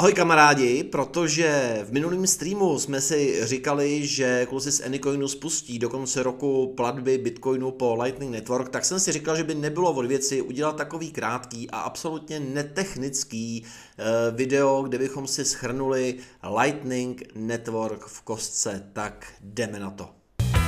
Ahoj kamarádi, protože v minulém streamu jsme si říkali, že kluci z Anycoinu spustí do konce roku platby Bitcoinu po Lightning Network, tak jsem si říkal, že by nebylo od věci udělat takový krátký a absolutně netechnický video, kde bychom si shrnuli Lightning Network v kostce, tak jdeme na to.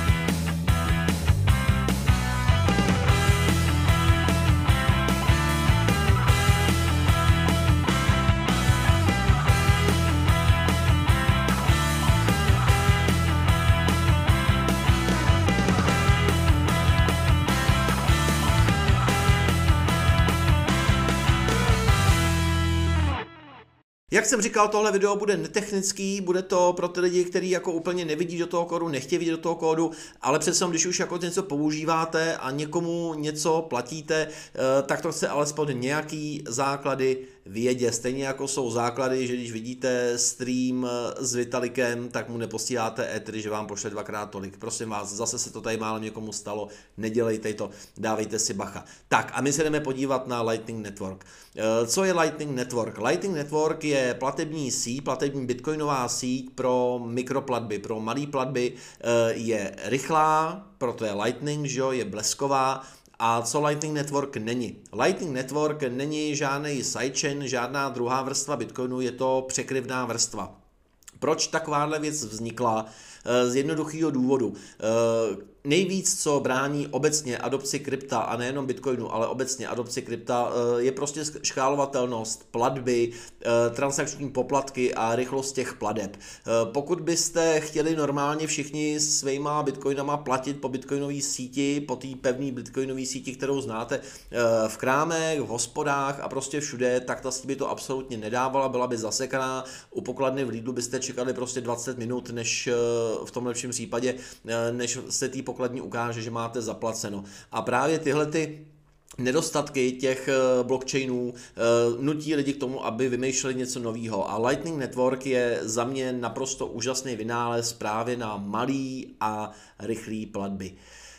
Jak jsem říkal, tohle video bude netechnický, bude to pro ty lidi, kteří jako úplně nevidí do toho kódu, nechtějí vidět do toho kódu, ale přece když už jako něco používáte a někomu něco platíte, tak to chce alespoň nějaký základy vědět. Stejně jako jsou základy, že když vidíte stream s Vitalikem, tak mu neposíláte Ether, že vám pošle dvakrát tolik. Prosím vás, zase se to tady málem někomu stalo, nedělejte to, dávejte si bacha. Tak a my se jdeme podívat na Lightning Network. Co je Lightning Network? Lightning Network je platební síť, platební bitcoinová síť pro mikroplatby, pro malé platby, je rychlá, proto je Lightning, že jo, je blesková. A co Lightning Network není? Lightning Network není žádný sidechain, žádná druhá vrstva Bitcoinu, je to překryvná vrstva. Proč takováhle věc vznikla? Z jednoduchého důvodu. Nejvíc, co brání obecně adopci krypta, a nejenom Bitcoinu, ale obecně adopci krypta, je prostě škálovatelnost, platby, transakční poplatky a rychlost těch plateb. Pokud byste chtěli normálně všichni svýma bitcoinama platit po bitcoinové síti, po té pevné bitcoinové síti, kterou znáte v krámech, v hospodách a prostě všude, tak ta síť by to absolutně nedávala, byla by zasekaná. U pokladny v Lidlu byste čekali prostě 20 minut, než v tom lepším případě, než se té pokladní ukáže, že máte zaplaceno. A právě tyhle ty nedostatky těch blockchainů nutí lidi k tomu, aby vymýšleli něco nového. A Lightning Network je za mě naprosto úžasný vynález právě na malý a rychlý platby.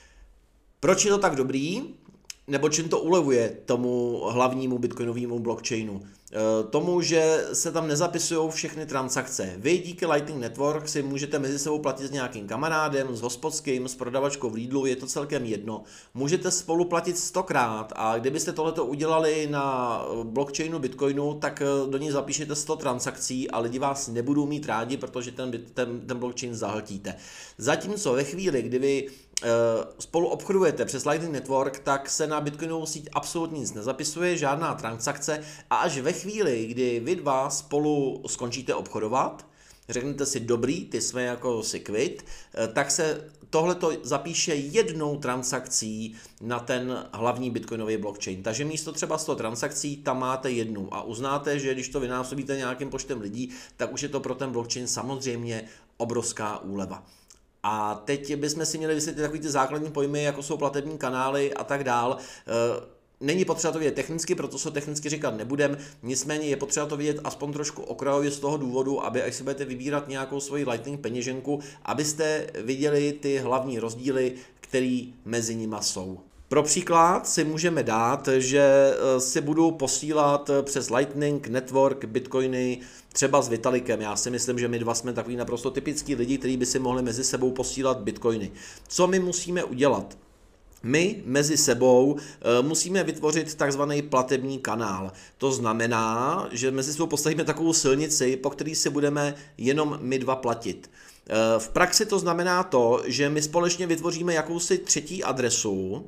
Proč je to tak dobrý? Nebo čím to ulevuje tomu hlavnímu bitcoinovému blockchainu? Tomu, že se tam nezapisují všechny transakce. Vy díky Lightning Network si můžete mezi sebou platit s nějakým kamarádem, s hospodským, s prodavačkou v Lidlu, je to celkem jedno. Můžete spolu platit 100krát a kdybyste tohleto udělali na blockchainu Bitcoinu, tak do něj zapíšete 100 transakcí a lidi vás nebudou mít rádi, protože ten blockchain zahltíte. Zatímco ve chvíli, kdy vy spolu obchodujete přes Lightning Network, tak se na bitcoinovou síť absolutně nic nezapisuje, žádná transakce a až ve chvíli, kdy vy dva spolu skončíte obchodovat, řeknete si dobrý, ty jsme jako si kvit, tak se tohleto zapíše jednou transakcí na ten hlavní bitcoinový blockchain. Takže místo třeba 100 transakcí tam máte jednu a uznáte, že když to vynásobíte nějakým počtem lidí, tak už je to pro ten blockchain samozřejmě obrovská úleva. A teď bychom si měli vysvětlit takový ty základní pojmy, jako jsou platební kanály a tak dál. Není potřeba to vidět technicky, proto se technicky říkat nebudem, nicméně je potřeba to vidět aspoň trošku okrajově z toho důvodu, aby až si budete vybírat nějakou svoji Lightning peněženku, abyste viděli ty hlavní rozdíly, které mezi nimi jsou. Pro příklad si můžeme dát, že si budu posílat přes Lightning Network bitcoiny třeba s Vitalikem. Já si myslím, že my dva jsme takový naprosto typický lidi, kteří by si mohli mezi sebou posílat bitcoiny. Co my musíme udělat? My mezi sebou musíme vytvořit takzvaný platební kanál. To znamená, že mezi sebou postavíme takovou silnici, po který si budeme jenom my dva platit. V praxi to znamená to, že my společně vytvoříme jakousi třetí adresu,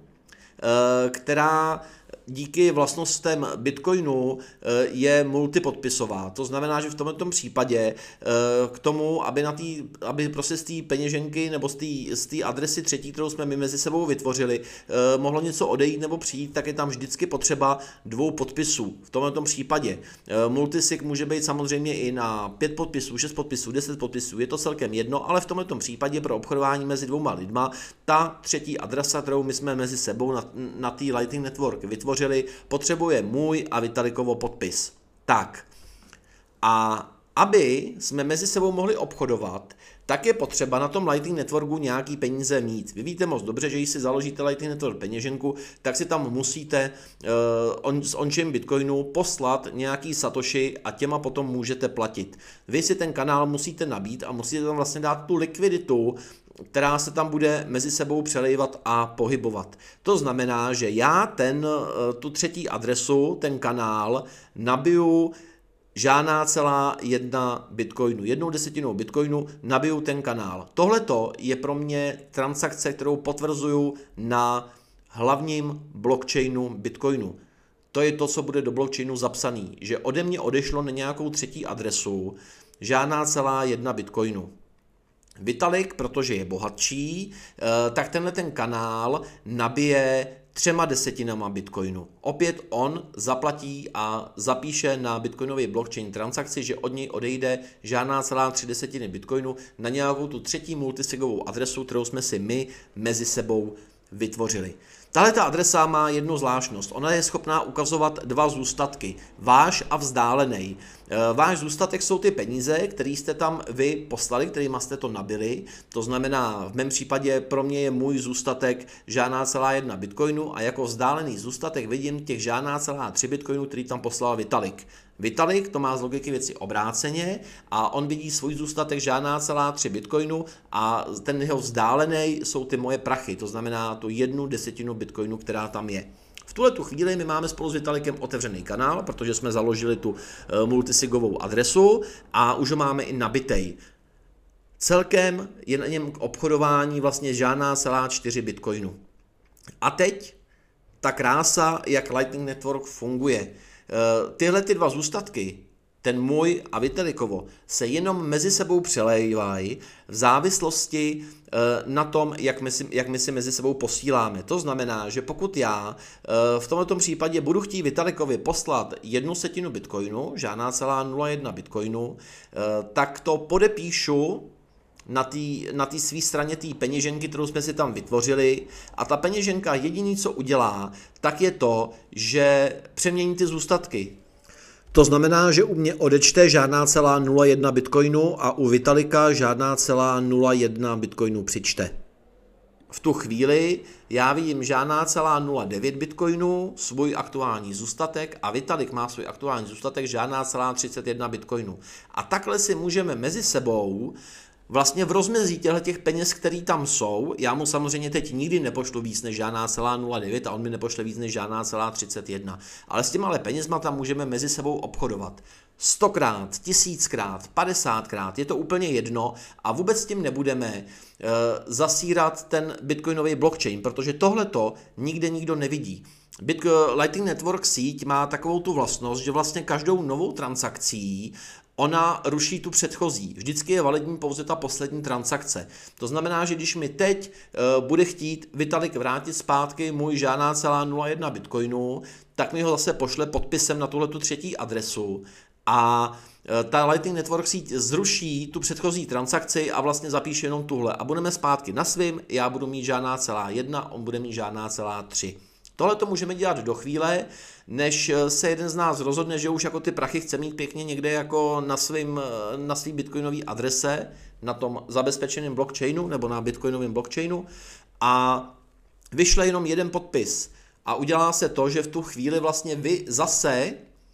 která díky vlastnostem Bitcoinu je multipodpisová. To znamená, že v tomto případě k tomu, aby prostě z té peněženky nebo z té adresy třetí, kterou jsme my mezi sebou vytvořili, mohlo něco odejít nebo přijít, tak je tam vždycky potřeba 2 podpisů. V tomto případě multisig může být samozřejmě i na 5 podpisů, 6 podpisů, 10 podpisů, je to celkem jedno, ale v tomto případě pro obchodování mezi 2 lidma ta třetí adresa, kterou my jsme mezi sebou na té Lightning Network vytvořili, potřebuje můj a Vitalikovo podpis. Tak. A aby jsme mezi sebou mohli obchodovat, tak je potřeba na tom Lightning Networku nějaký peníze mít. Vy víte moc dobře, že když si založíte Lightning Network peněženku, tak si tam musíte z on-chain Bitcoinu poslat nějaký satoshi a těma potom můžete platit. Vy si ten kanál musíte nabít a musíte tam vlastně dát tu likviditu, která se tam bude mezi sebou přelejvat a pohybovat. To znamená, že já tu třetí adresu, ten kanál, nabiju žádná celá jedna bitcoinu. 1/10 bitcoinu nabiju ten kanál. Tohleto je pro mě transakce, kterou potvrzuju na hlavním blockchainu bitcoinu. To je to, co bude do blockchainu zapsaný, že ode mě odešlo na nějakou třetí adresu žádná celá jedna bitcoinu. Vitalik, protože je bohatší, tak tenhle ten kanál nabije 3/10 bitcoinu. Opět on zaplatí a zapíše na bitcoinový blockchain transakci, že od něj odejde žádná celá 3/10 bitcoinu na nějakou tu třetí multisigovou adresu, kterou jsme si my mezi sebou vytvořili. Tahle ta adresa má jednu zvláštnost. Ona je schopná ukazovat dva zůstatky, váš a vzdálený. Váš zůstatek jsou ty peníze, které jste tam vy poslali, kterýma jste to nabili. To znamená, v mém případě pro mě je můj zůstatek žádná celá jedna bitcoinu a jako vzdálený zůstatek vidím těch žádná celá 3 bitcoinu, který tam poslal Vitalik. Vitalik to má z logiky věci obráceně a on vidí svůj zůstatek žádná celá 3 bitcoinu a ten jeho vzdálený jsou ty moje prachy, to znamená tu 1/10 bitcoinu, která tam je. V tuhletu chvíli my máme spolu s Vitalikem otevřený kanál, protože jsme založili tu multisigovou adresu a už ho máme i nabitej. Celkem je na něm k obchodování vlastně žádná celá 4 bitcoinu. A teď ta krása, jak Lightning Network funguje. Tyhle ty dva zůstatky, ten můj a Vitalikovo, se jenom mezi sebou přelévají v závislosti na tom, jak my si mezi sebou posíláme. To znamená, že pokud já v tomto případě budu chtít Vitalikovi poslat 1/10 bitcoinu, žádná celá 0,1 bitcoinu, tak to podepíšu na té své straně té peněženky, kterou jsme si tam vytvořili a ta peněženka jediný, co udělá, tak je to, že přemění ty zůstatky. To znamená, že u mě odečte žádná celá 0,1 bitcoinu a u Vitalika žádná celá 0,1 bitcoinu přičte. V tu chvíli já vidím žádná celá 0,9 bitcoinu, svůj aktuální zůstatek a Vitalik má svůj aktuální zůstatek žádná celá 31 bitcoinu. A takhle si můžeme mezi sebou vlastně v rozmezí těch peněz, které tam jsou, já mu samozřejmě teď nikdy nepošlu víc než žádná celá 0,9 a on mi nepošle víc než žádná celá 31. Ale s těma penězma tam můžeme mezi sebou obchodovat. 100krát, 1000krát, 50krát, je to úplně jedno a vůbec s tím nebudeme zasírat ten bitcoinový blockchain, protože tohleto nikde nikdo nevidí. Lightning Network síť má takovou tu vlastnost, že vlastně každou novou transakcí ona ruší tu předchozí. Vždycky je validní pouze ta poslední transakce. To znamená, že když mi teď bude chtít Vitalik vrátit zpátky můj žádná celá 0,1 bitcoinu, tak mi ho zase pošle podpisem na tuhletu třetí adresu a ta Lightning Network síť zruší tu předchozí transakci a vlastně zapíše jenom tuhle. A budeme zpátky na svým, já budu mít žádná celá 1, on bude mít žádná celá 3. Tohle to můžeme dělat do chvíle, než se jeden z nás rozhodne, že už jako ty prachy chce mít pěkně někde jako na svý bitcoinový adrese, na tom zabezpečeném blockchainu nebo na bitcoinovém blockchainu a vyšle jenom jeden podpis a udělá se to, že v tu chvíli vlastně vy zase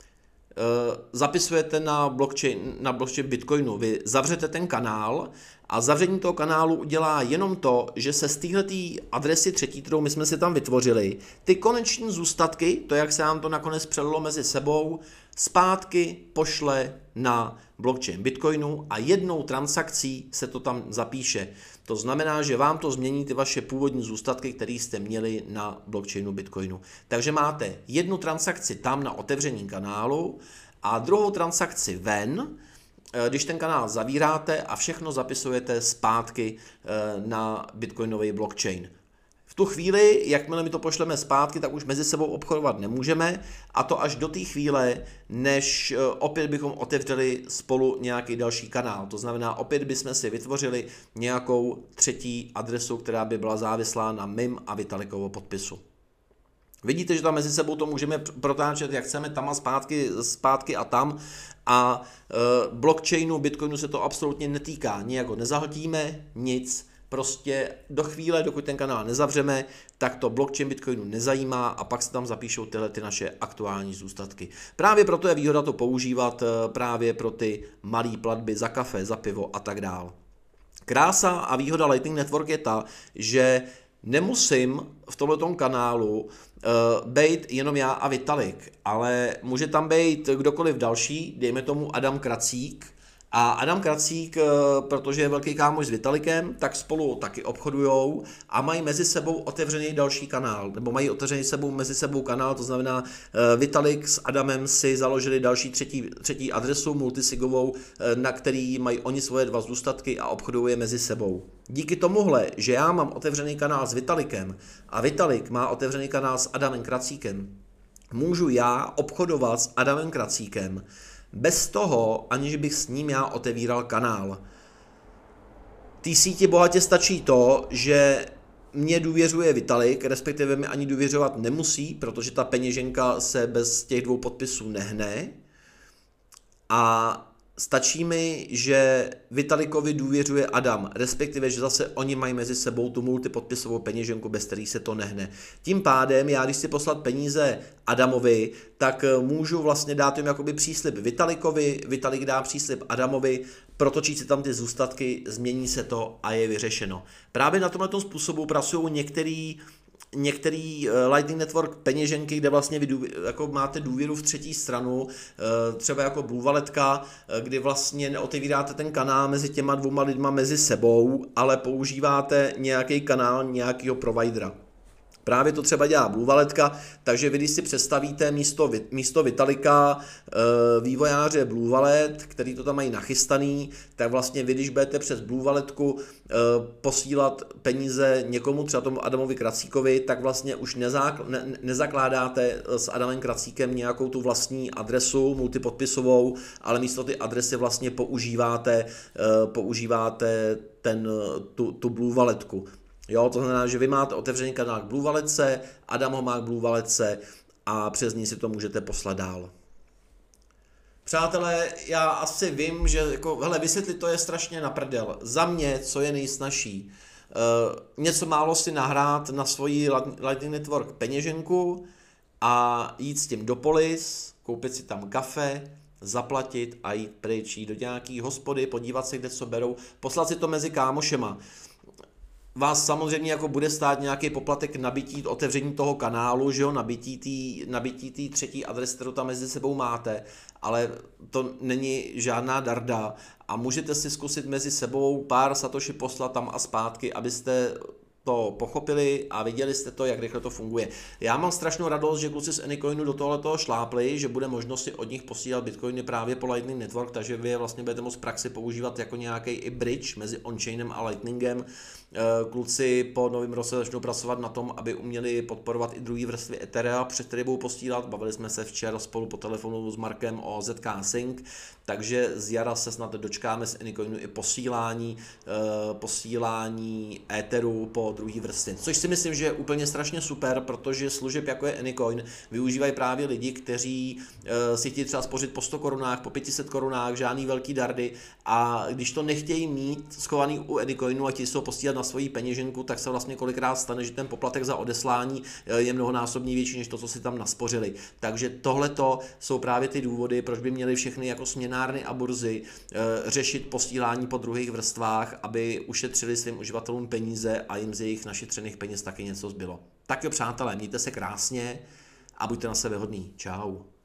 zapisujete na blockchain Bitcoinu, vy zavřete ten kanál a zavření toho kanálu udělá jenom to, že se z téhleté adresy třetí, kterou my jsme si tam vytvořili, ty koneční zůstatky, to jak se nám to nakonec přelilo mezi sebou, zpátky pošle na blockchain Bitcoinu a jednou transakcí se to tam zapíše. To znamená, že vám to změní ty vaše původní zůstatky, které jste měli na blockchainu Bitcoinu. Takže máte jednu transakci tam na otevření kanálu a druhou transakci ven, když ten kanál zavíráte a všechno zapisujete zpátky na bitcoinový blockchain. V tu chvíli, jakmile my to pošleme zpátky, tak už mezi sebou obchodovat nemůžeme a to až do té chvíle, než opět bychom otevřeli spolu nějaký další kanál. To znamená, opět bychom si vytvořili nějakou třetí adresu, která by byla závislá na mým a Vitalikovo podpisu. Vidíte, že tam mezi sebou to můžeme protáčet, jak chceme, tam a zpátky a tam. A blockchainu, Bitcoinu se to absolutně netýká. Nijak ho nezahltíme, nic. Prostě do chvíle, dokud ten kanál nezavřeme, tak to blockchain Bitcoinu nezajímá a pak se tam zapíšou tyhle ty naše aktuální zůstatky. Právě proto je výhoda to používat právě pro ty malé platby za kafe, za pivo a tak dál. Krása a výhoda Lightning Network je ta, že nemusím v tomto kanálu být jenom já a Vitalik, ale může tam být kdokoliv další, dejme tomu Adam Kracík. A Adam Kracík, protože je velký kámoš s Vitalikem, tak spolu taky obchodujou a mají mezi sebou otevřený další kanál, nebo mají otevřený mezi sebou kanál, to znamená Vitalik s Adamem si založili další třetí adresu multisigovou, na který mají oni svoje 2 zůstatky a obchodují mezi sebou. Díky tomuhle, že já mám otevřený kanál s Vitalikem a Vitalik má otevřený kanál s Adamem Kracíkem, můžu já obchodovat s Adamem Kracíkem bez toho, aniž bych s ním já otevíral kanál. Té síti bohatě stačí to, že mě důvěřuje Vitalik, respektive mi ani důvěřovat nemusí, protože ta peněženka se bez těch 2 podpisů nehne. A stačí mi, že Vitalikovi důvěřuje Adam, respektive, že zase oni mají mezi sebou tu multipodpisovou peněženku, bez který se to nehne. Tím pádem, já když si poslat peníze Adamovi, tak můžu vlastně dát jim jakoby příslib Vitalikovi, Vitalik dá příslib Adamovi, protočí si tam ty zůstatky, změní se to a je vyřešeno. Právě na tomhle způsobu pracují některý Lightning Network peněženky, kde vlastně vy jako máte důvěru v třetí stranu, třeba jako Blue Walletka, kdy vlastně neotevíráte ten kanál mezi těma 2 lidma mezi sebou, ale používáte nějaký kanál nějakého providera. Právě to třeba dělá Blue Walletka, takže vy když si představíte místo Vitalika vývojáře Blue Wallet, který to tam mají nachystaný, tak vlastně vy když budete přes Blue Walletku posílat peníze někomu, třeba tomu Adamovi Kracíkovi, tak vlastně už nezakládáte s Adamem Kracíkem nějakou tu vlastní adresu multipodpisovou, ale místo ty adresy vlastně používáte tu Blue Walletku. Jo, to znamená, že vy máte otevřený kanál k Blue Walletce, Adam ho má k Blue Walletce a přes ní si to můžete poslat dál. Přátelé, já asi vím, že jako, hele, vysvětlit to je strašně na prdel. Za mě, co je nejsnažší, něco málo si nahrát na svoji Lightning Network peněženku a jít s tím do Polis, koupit si tam kafe, zaplatit a jít pryč, jít do nějaký hospody, podívat se, kde co berou, poslat si to mezi kámošema. Vás samozřejmě jako bude stát nějaký poplatek nabití otevření toho kanálu, že jo, nabití té třetí adresy, kterou tam mezi sebou máte, ale to není žádná darda a můžete si zkusit mezi sebou pár satoshi poslat tam a zpátky, abyste to pochopili a viděli jste to, jak rychle to funguje. Já mám strašnou radost, že kluci z Anycoinu do tohoto šlápli, že bude možnost si od nich posílat bitcoiny právě po Lightning Network, takže vy je vlastně budete moct v praxi používat jako nějaký i bridge mezi onchainem a Lightningem. Kluci po novém roce začnou pracovat na tom, aby uměli podporovat i druhé vrstvy Etherea, přes které budou posílat. Bavili jsme se včera spolu po telefonu s Markem o ZK Sync, takže z jara se snad dočkáme z Anycoinu i posílání Etheru po druhé vrstvě. Což si myslím, že je úplně strašně super, protože služeb jako je Anycoin využívají právě lidi, kteří si chtějí třeba spořit po 100 korunách, po 500 korunách, žádný velký dardy a když to nechtějí mít schovaný u Anycoinu a chtějí se ho posílat na svoji peněženku, tak se vlastně kolikrát stane, že ten poplatek za odeslání je mnohonásobně větší než to, co si tam naspořili. Takže tohleto jsou právě ty důvody, proč by měli všechny jako směnárny a burzy řešit posílání po druhých vrstvách, aby ušetřili svým uživatelům peníze a jim z jejich našetřených peněz taky něco zbylo. Tak jo, přátelé, mějte se krásně a buďte na sebe hodný. Čau.